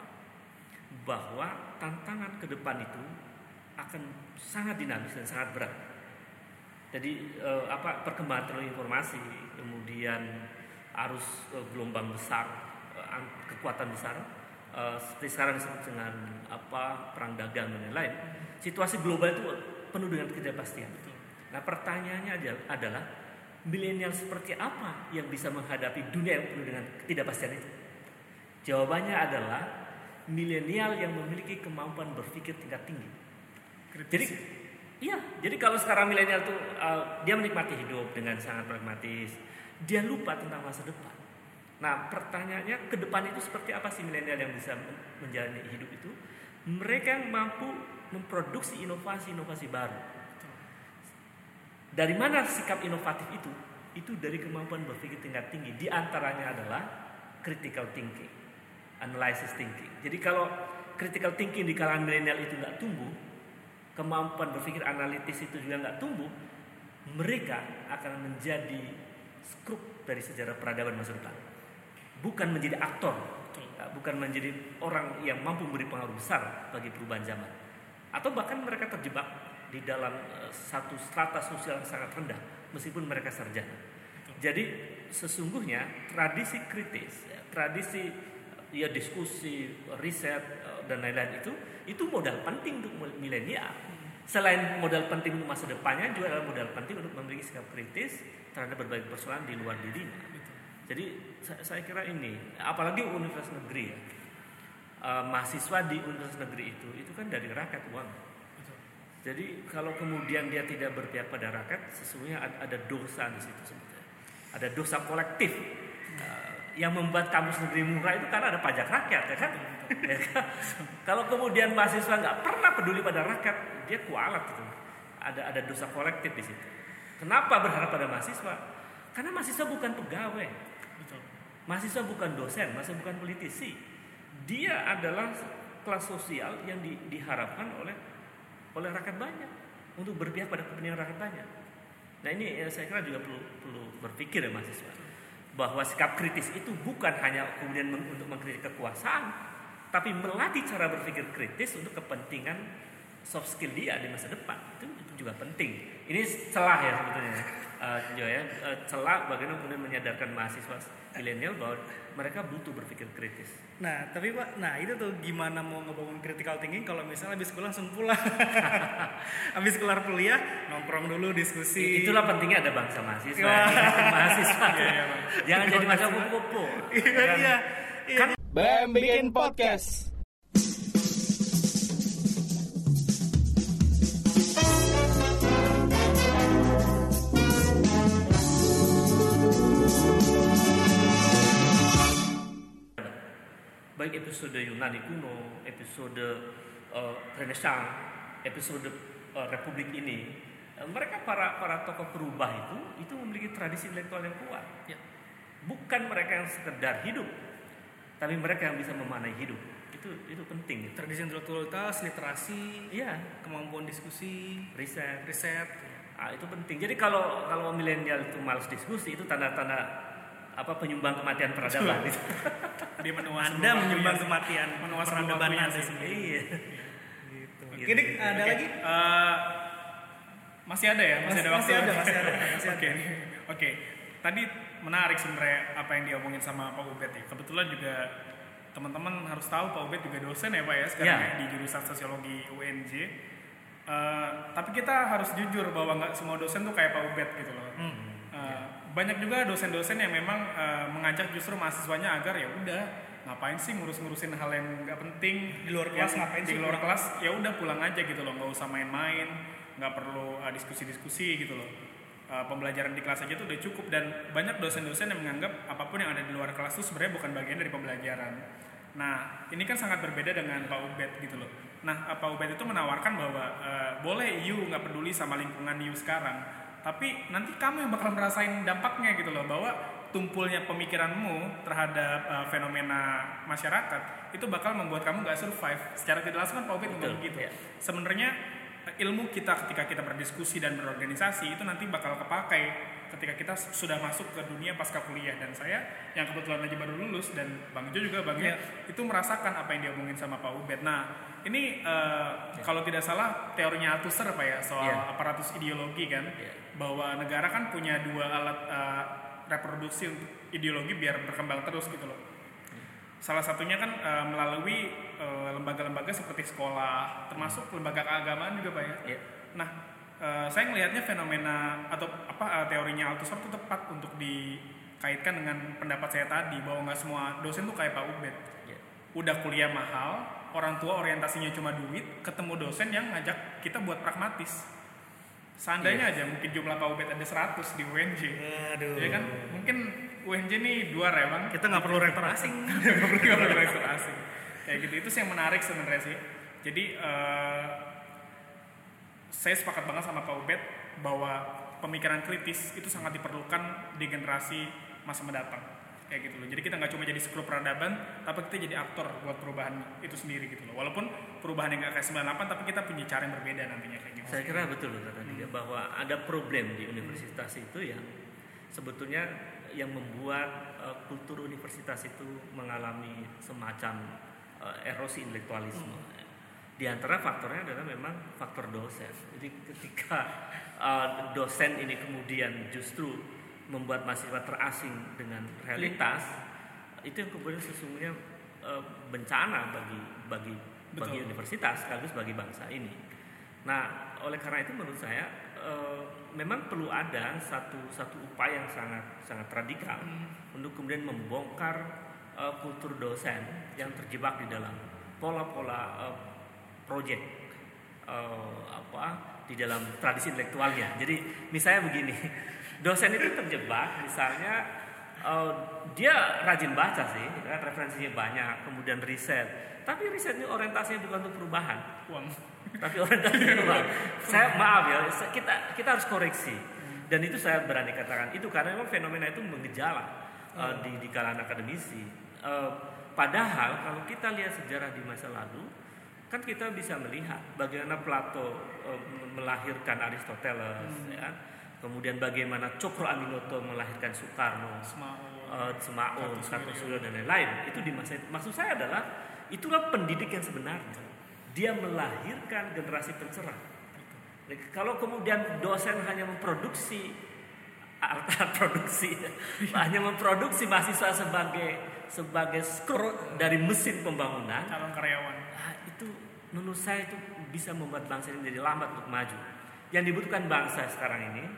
bahwa tantangan ke depan itu akan sangat dinamis dan sangat berat. Jadi uh, apa perkembangan teknologi informasi, kemudian arus uh, gelombang besar, uh, kekuatan besar. Uh, seperti sekarang disebut dengan apa perang dagang dan lain-lain. Situasi global itu penuh dengan ketidakpastian. Nah pertanyaannya adalah milenial seperti apa yang bisa menghadapi dunia yang penuh dengan ketidakpastian itu? Jawabannya adalah milenial yang memiliki kemampuan berpikir tingkat tinggi. Kritis. Jadi iya, jadi kalau sekarang milenial tuh uh, dia menikmati hidup dengan sangat pragmatis, dia lupa tentang masa depan. Nah pertanyaannya ke depan itu seperti apa sih milenial yang bisa menjalani hidup itu? Mereka yang mampu memproduksi inovasi-inovasi baru. Dari mana sikap inovatif itu? Itu dari kemampuan berpikir tingkat tinggi. Di antaranya adalah critical thinking, analysis thinking. Jadi kalau critical thinking di kalangan milenial itu nggak tumbuh, kemampuan berpikir analitis itu juga nggak tumbuh, mereka akan menjadi skrup dari sejarah peradaban masa depan. Bukan menjadi aktor, bukan menjadi orang yang mampu memberi pengaruh besar bagi perubahan zaman, atau bahkan mereka terjebak di dalam uh, satu strata sosial yang sangat rendah meskipun mereka sarjana. Jadi sesungguhnya tradisi kritis, ya, tradisi ya diskusi, riset uh, dan lain-lain itu itu modal penting untuk milenial. Selain modal penting untuk masa depannya, juga adalah modal penting untuk memiliki sikap kritis terhadap berbagai persoalan di luar dirinya. Jadi saya kira ini, apalagi universitas negeri ya, uh, mahasiswa di universitas negeri itu, itu kan dari rakyat uang. Betul. Jadi kalau kemudian dia tidak berpihak pada rakyat, sesungguhnya ada dosa di situ sebetulnya. Ada dosa kolektif uh, yang membuat kampus negeri murah itu karena ada pajak rakyat, ya kan? Ya kan? Kalau kemudian mahasiswa nggak pernah peduli pada rakyat, dia kualat gitu. Ada ada dosa kolektif di situ. Kenapa berharap pada mahasiswa? Karena mahasiswa bukan pegawai. Mahasiswa bukan dosen, mahasiswa bukan politisi. Dia adalah kelas sosial yang di, diharapkan oleh oleh rakyat banyak untuk berpihak pada kepentingan rakyat banyak. Nah ini ya, saya kira juga perlu perlu berpikir ya mahasiswa bahwa sikap kritis itu bukan hanya kemudian meng, untuk mengkritik kekuasaan, tapi melatih cara berpikir kritis untuk kepentingan soft skill dia di masa depan. Itu, itu juga penting. Ini celah ya sebetulnya, uh, ya, uh, celah bagaimana kemudian menyadarkan mahasiswa milenial bahwa mereka butuh berpikir kritis. Nah, tapi Pak, nah itu tuh gimana mau ngebangun critical thinking kalau misalnya habis sekolah langsung pulang. Habis kelar kuliah, nongkrong dulu, diskusi. Itulah pentingnya ada bangsa mahasiswa. Wah. Mahasiswa. Iya, iya, Bang. Jangan jadi macam kupu-kupu. Iya, iya. Iya. B E M bikin podcast. Baik episode Yunani kuno, episode uh, Renaissance, episode uh, Republik ini, uh, mereka para para tokoh perubah itu itu memiliki tradisi intelektual yang kuat. Ya. Bukan mereka yang sekedar hidup, tapi mereka yang bisa memaknai hidup. Itu itu penting. Gitu. Tradisi intelektualitas, literasi, Iya, kemampuan diskusi, riset. riset. Ah, itu penting. Jadi kalau kalau milenial itu malas diskusi, itu tanda-tanda apa penyumbang kematian peradaban gitu. Dia menuas Anda seluruh menyumbang waktunya. kematian Menuas peradaban seluruh Anda waktunya sendiri. Iya. Gitu. Gitu. Jadi ada Oke, lagi? eh, masih ada ya? Masih, Masih- ada waktu? masih ada, masih ada, masih Oke, oke. Tadi menarik sebenarnya apa yang diomongin sama Pak Ubed ya. Kebetulan juga teman-teman harus tahu Pak Ubed juga dosen ya Pak ya sekarang Ya. ya, di jurusan Sosiologi U N J. Eh, tapi kita harus jujur bahwa nggak semua dosen tuh kayak Pak Ubed gitu loh. Hmm. Eh, banyak juga dosen-dosen yang memang eh, mengajak justru mahasiswanya agar ya udah ngapain sih ngurus-ngurusin hal yang nggak penting Di luar kelas Yang ngapain di sih luar pulang? kelas ya udah pulang aja gitu loh, nggak usah main-main, nggak perlu uh, diskusi-diskusi gitu loh. Uh, pembelajaran di kelas aja tuh udah cukup, dan banyak dosen-dosen yang menganggap apapun yang ada di luar kelas tuh sebenarnya bukan bagian dari pembelajaran. Nah ini kan sangat berbeda dengan Pak Ubed gitu loh. Nah Pak Ubed itu menawarkan bahwa uh, boleh you nggak peduli sama lingkungan you sekarang, tapi nanti kamu yang bakal merasain dampaknya gitu loh, bahwa tumpulnya pemikiranmu terhadap uh, fenomena masyarakat itu bakal membuat kamu nggak survive. Secara tidak langsung kan Pak Ubed ngomong Betul, gitu. ya. Sebenarnya uh, ilmu kita ketika kita berdiskusi dan berorganisasi itu nanti bakal kepakai ketika kita sudah masuk ke dunia pasca kuliah. Dan saya yang kebetulan aja baru lulus, dan Bang Jo juga Bang ya, itu merasakan apa yang diomongin sama Pak Ubed. Nah ini uh, Ya. kalau tidak salah teorinya Althusser Pak ya, soal Ya. aparatus ideologi kan, Ya. bahwa negara kan punya dua alat uh, reproduksi untuk ideologi biar berkembang terus gitu loh. Salah satunya kan uh, melalui uh, lembaga-lembaga seperti sekolah, termasuk lembaga keagamaan juga Pak ya. Ya. Nah, uh, saya melihatnya fenomena atau apa uh, teorinya Althusser itu tepat untuk dikaitkan dengan pendapat saya tadi, bahwa nggak semua dosen tuh kayak Pak Ubed. Ya. Udah kuliah mahal, orang tua orientasinya cuma duit, ketemu dosen yang ngajak kita buat pragmatis. Seandainya Yes. aja mungkin jumlah Pak Ubed ada seratus di U N J. Aduh. Ya kan, mungkin U N J nih dua ya Bang. Kita nggak perlu rektor asing. Nggak perlu nggak perlu rektor asing. Kayak gitu, itu sih yang menarik sebenarnya sih. Jadi eh, saya sepakat banget sama Pak Ubed bahwa pemikiran kritis itu sangat diperlukan di generasi masa mendatang. Kayak gitu loh. Jadi kita nggak cuma jadi skru peradaban, tapi kita jadi aktor buat perubahan itu sendiri gitu loh. Walaupun perubahan yang nggak kayak sembilan puluh delapan, tapi kita punya cara yang berbeda nantinya kayak gitu. Saya kira betul loh kata dia, bahwa ada problem di universitas itu yang sebetulnya yang membuat uh, kultur universitas itu mengalami semacam uh, erosi intelektualisme. Di antara faktornya adalah memang faktor dosen. Jadi ketika uh, dosen ini kemudian justru membuat mahasiswa terasing dengan realitas, itu yang kemudian sesungguhnya uh, bencana bagi bagi bagi Betul. universitas sekaligus bagi bangsa ini. Nah, oleh karena itu menurut saya uh, memang perlu ada satu satu upaya yang sangat sangat radikal untuk kemudian membongkar uh, kultur dosen yang terjebak di dalam pola-pola uh, project uh, apa di dalam tradisi intelektualnya. Jadi misalnya begini, dosen itu terjebak misalnya uh, dia rajin baca sih, kan, referensinya banyak, kemudian riset, tapi risetnya orientasinya bukan untuk perubahan, Uang. tapi orientasinya perubahan. Saya maaf ya, kita kita harus koreksi, dan itu saya berani katakan itu karena memang fenomena itu menggejala uh, di di kalangan akademisi. Uh, padahal kalau kita lihat sejarah di masa lalu, kan kita bisa melihat bagaimana Plato uh, melahirkan Aristoteles, Hmm. ya. Kemudian bagaimana Cokro Aminoto melahirkan Soekarno, Semaun. uh, Semaun, Kartosuryo. Kartosuryo dan lain-lain. Itu di masa itu. Maksud saya adalah itulah pendidik yang sebenarnya. Dia melahirkan generasi pencerah. Jadi, kalau kemudian dosen hanya memproduksi alat produksi, hanya memproduksi mahasiswa sebagai sebagai skru dari mesin pembangunan. Calon karyawan. Nah, itu menurut saya itu bisa membuat bangsa ini menjadi lambat untuk maju. Yang dibutuhkan bangsa sekarang ini,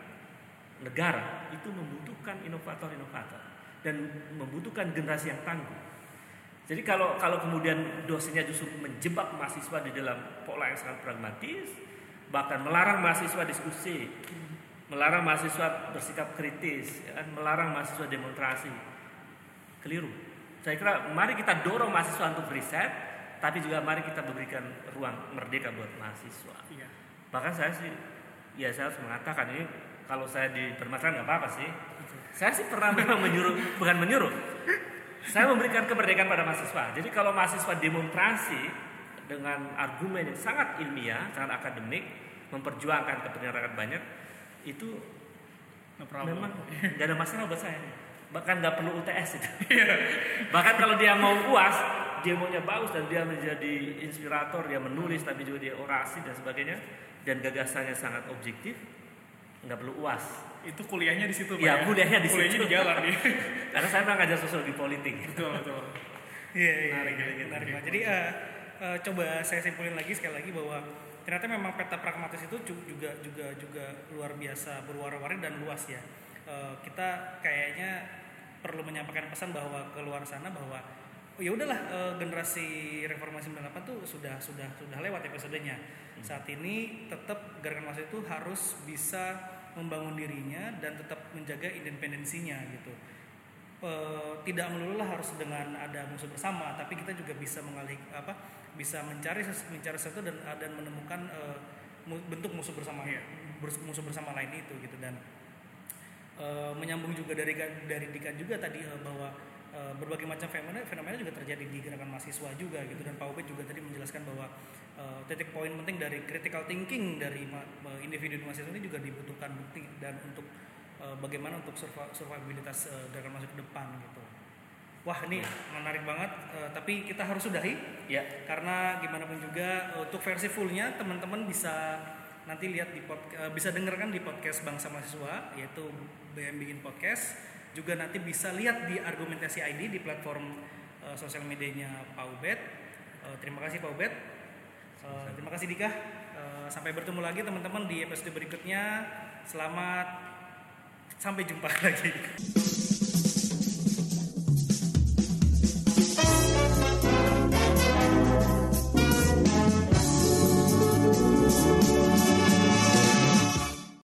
negara itu membutuhkan inovator-inovator dan membutuhkan generasi yang tangguh. Jadi kalau kalau kemudian dosennya justru menjebak mahasiswa di dalam pola yang sangat pragmatis, bahkan melarang mahasiswa diskusi, melarang mahasiswa bersikap kritis, ya kan? Melarang mahasiswa demonstrasi, keliru. Saya kira mari kita dorong mahasiswa untuk riset, tapi juga mari kita berikan ruang merdeka buat mahasiswa. Iya. Bahkan saya sih, ya saya harus mengatakan ini kalau saya dipermasalahkan nggak apa-apa sih. Saya sih pernah memang menyuruh, bukan menyuruh. Saya memberikan kemerdekaan pada mahasiswa. Jadi kalau mahasiswa demonstrasi dengan argumen yang sangat ilmiah, sangat akademik, memperjuangkan kepentingan rakyat banyak, itu No problem. memang nggak ada masalah buat saya. Bahkan nggak perlu U T S itu. Bahkan kalau dia mau U A S, demonya bagus dan dia menjadi inspirator, dia menulis tapi juga dia orasi dan sebagainya, dan gagasannya sangat objektif, nggak perlu U A S. Itu kuliahnya di situ, Pak. Ya, kuliahnya di kuliahnya situ. di jalan nih. Karena saya pernah ngajar sosiologi politik. Betul, betul. Iya, iya, Menarik, iya, menarik. menarik banget. Jadi uh, uh, coba saya simpulin lagi sekali lagi bahwa ternyata memang peta pragmatis itu ju- juga juga juga luar biasa berwarna-warni dan luas ya. Uh, kita kayaknya perlu menyampaikan pesan bahwa ke luar sana bahwa oh, ya udahlah uh, generasi reformasi sembilan puluh delapan tuh sudah sudah sudah lewat episodenya. Saat ini tetap gerakan mahasiswa itu harus bisa membangun dirinya dan tetap menjaga independensinya gitu. E, tidak melulu harus dengan ada musuh bersama, tapi kita juga bisa mengalih apa bisa mencari mencari sesuatu dan dan menemukan e, bentuk musuh bersama ya, musuh bersama lain itu gitu. Dan e, menyambung juga dari dari Dika juga tadi e, bahwa e, berbagai macam fenomena fenomena juga terjadi di gerakan mahasiswa juga gitu. Dan Pak Ubed juga tadi menjelaskan bahwa e, titik poin penting dari critical thinking dari ma, individu mahasiswa ini juga dibutuhkan penting dan untuk uh, bagaimana untuk survivabilitas uh, gerakan mahasiswa ke depan gitu. Wah ini menarik banget, uh, tapi kita harus sudahi Ya. karena gimana pun juga uh, untuk versi fullnya teman-teman bisa nanti lihat di pod, uh, bisa dengarkan di podcast Bangsa Mahasiswa yaitu B M Bikin Podcast. Juga nanti bisa lihat di Argumentasi I D di platform uh, sosial medianya Pak Ubed. Uh, terima kasih Pak Ubed. Uh, terima kasih Dika. Uh, sampai bertemu lagi teman-teman di episode berikutnya. Selamat sampai jumpa lagi.